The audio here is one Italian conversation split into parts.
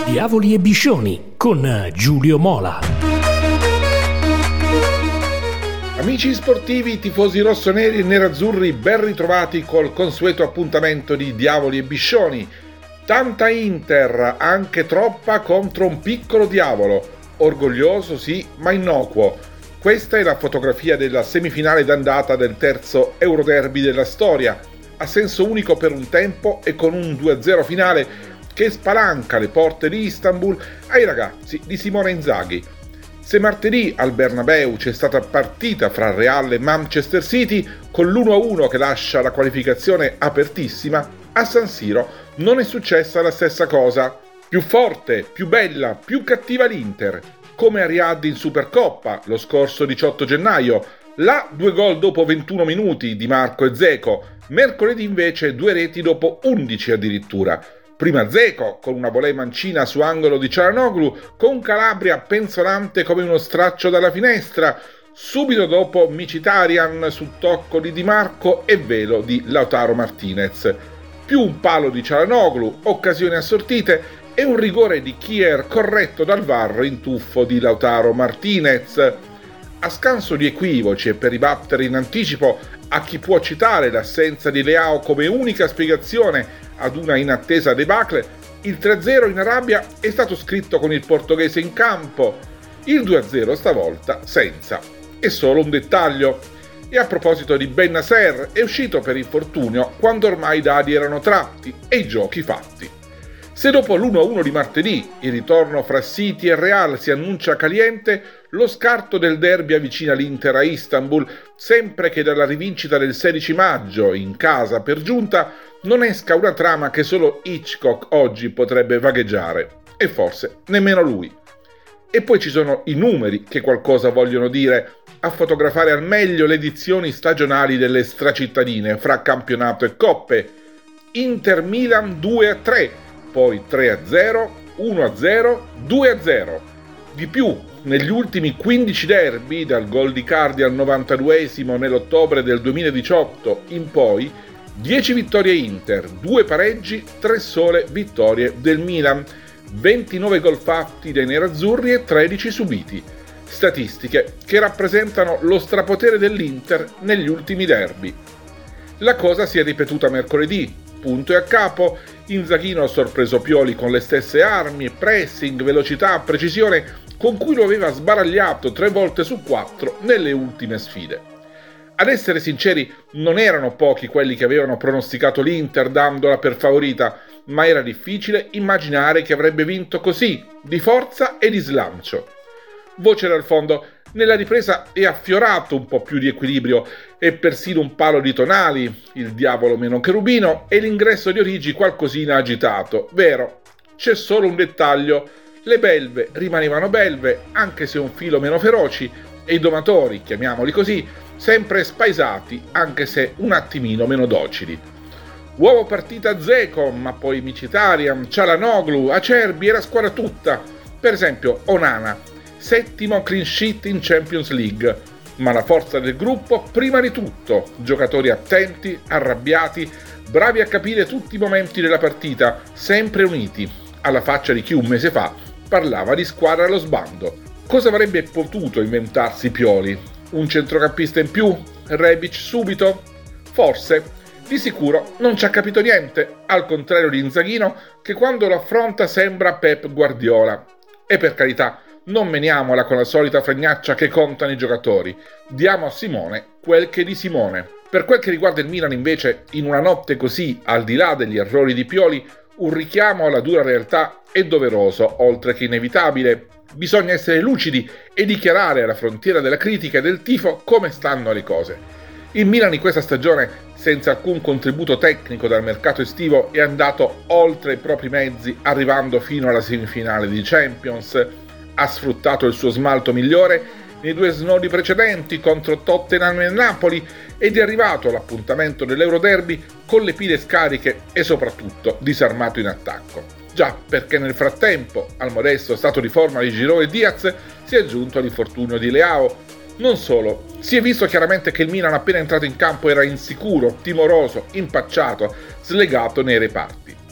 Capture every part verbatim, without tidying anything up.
Diavoli e Biscioni con Giulio Mola. Amici sportivi, tifosi rossoneri e nerazzurri, ben ritrovati col consueto appuntamento di Diavoli e Biscioni. Tanta Inter, anche troppa, contro un piccolo diavolo. Orgoglioso sì, ma innocuo. Questa è la fotografia della semifinale d'andata del terzo Euroderby della storia, a senso unico per un tempo e con un due a zero finale che spalanca le porte di Istanbul ai ragazzi di Simone Inzaghi. Se martedì al Bernabeu c'è stata partita fra Real e Manchester City con l'uno a uno che lascia la qualificazione apertissima, a San Siro non è successa la stessa cosa. Più forte, più bella, più cattiva l'Inter, come a Riyadh in Supercoppa lo scorso diciotto gennaio, là due gol dopo ventuno minuti di Marco e Dzeko, mercoledì invece due reti dopo undici addirittura. Prima Dzeko con una volée mancina su angolo di Çalhanoğlu, con Calabria penzolante come uno straccio dalla finestra, subito dopo Mkhitaryan su tocco di Di Marco e velo di Lautaro Martinez. Più un palo di Çalhanoğlu, occasioni assortite e un rigore di Kier corretto dal V A R in tuffo di Lautaro Martinez. A scanso di equivoci e per ribattere in anticipo a chi può citare l'assenza di Leao come unica spiegazione ad una inattesa debacle, il tre a zero in Arabia è stato scritto con il portoghese in campo, il due a zero stavolta senza. È solo un dettaglio. E a proposito di Bennacer, è uscito per infortunio quando ormai i dadi erano tratti e i giochi fatti. Se dopo l'uno a uno di martedì il ritorno fra City e Real si annuncia caliente, lo scarto del derby avvicina l'Inter a Istanbul, sempre che dalla rivincita del sedici maggio, in casa per giunta, non esca una trama che solo Hitchcock oggi potrebbe vagheggiare, e forse nemmeno lui. E poi ci sono i numeri che qualcosa vogliono dire, a fotografare al meglio le edizioni stagionali delle stracittadine fra campionato e coppe. Inter-Milan due a tre, poi tre a zero, uno a zero, due a zero. Di più, negli ultimi quindici derby, dal gol di Cardi al novantaduesimo nell'ottobre del duemiladiciotto in poi, dieci vittorie Inter, due pareggi, tre sole vittorie del Milan, ventinove gol fatti dai nerazzurri e tredici subiti. Statistiche che rappresentano lo strapotere dell'Inter negli ultimi derby. La cosa si è ripetuta mercoledì, punto e a capo. Inzaghino ha sorpreso Pioli con le stesse armi, pressing, velocità, precisione con cui lo aveva sbaragliato tre volte su quattro nelle ultime sfide. Ad essere sinceri, non erano pochi quelli che avevano pronosticato l'Inter dandola per favorita, ma era difficile immaginare che avrebbe vinto così, di forza e di slancio. Voce dal fondo, nella ripresa è affiorato un po' più di equilibrio e persino un palo di Tonali, il diavolo meno cherubino, e l'ingresso di Origi qualcosina agitato. Vero, c'è solo un dettaglio: le belve rimanevano belve, anche se un filo meno feroci, e i domatori, chiamiamoli così, sempre spaesati, anche se un attimino meno docili. Uovo partita Dzeko, ma poi Mkhitaryan, Çalhanoğlu, Acerbi e la squadra tutta. Per esempio Onana, settimo clean sheet in Champions League, ma la forza del gruppo prima di tutto, giocatori attenti, arrabbiati, bravi a capire tutti i momenti della partita, sempre uniti, alla faccia di chi un mese fa parlava di squadra allo sbando. Cosa avrebbe potuto inventarsi Pioli? Un centrocampista in più? Rebic subito? Forse. Di sicuro non ci ha capito niente, al contrario di Inzaghino, che quando lo affronta sembra Pep Guardiola. E per carità, non meniamola con la solita fregnaccia che contano i giocatori. Diamo a Simone quel che è di Simone. Per quel che riguarda il Milan invece, in una notte così, al di là degli errori di Pioli, un richiamo alla dura realtà è doveroso, oltre che inevitabile. Bisogna essere lucidi e dichiarare alla frontiera della critica e del tifo come stanno le cose. Il Milan in questa stagione, senza alcun contributo tecnico dal mercato estivo, è andato oltre i propri mezzi, arrivando fino alla semifinale di Champions. Ha sfruttato il suo smalto migliore nei due snodi precedenti contro Tottenham e Napoli ed è arrivato all'appuntamento dell'Euroderby con le pile scariche e soprattutto disarmato in attacco. Già, perché nel frattempo, al modesto stato di forma di Giroud e Diaz, si è aggiunto l'infortunio di Leao. Non solo, si è visto chiaramente che il Milan appena entrato in campo era insicuro, timoroso, impacciato, slegato nei reparti.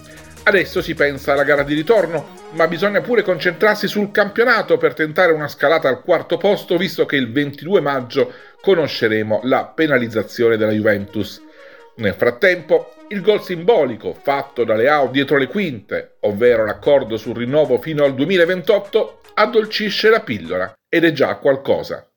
Adesso si pensa alla gara di ritorno, ma bisogna pure concentrarsi sul campionato per tentare una scalata al quarto posto, visto che il ventidue maggio conosceremo la penalizzazione della Juventus. Nel frattempo, il gol simbolico fatto da Leao dietro le quinte, ovvero l'accordo sul rinnovo fino al duemilaventotto, addolcisce la pillola ed è già qualcosa.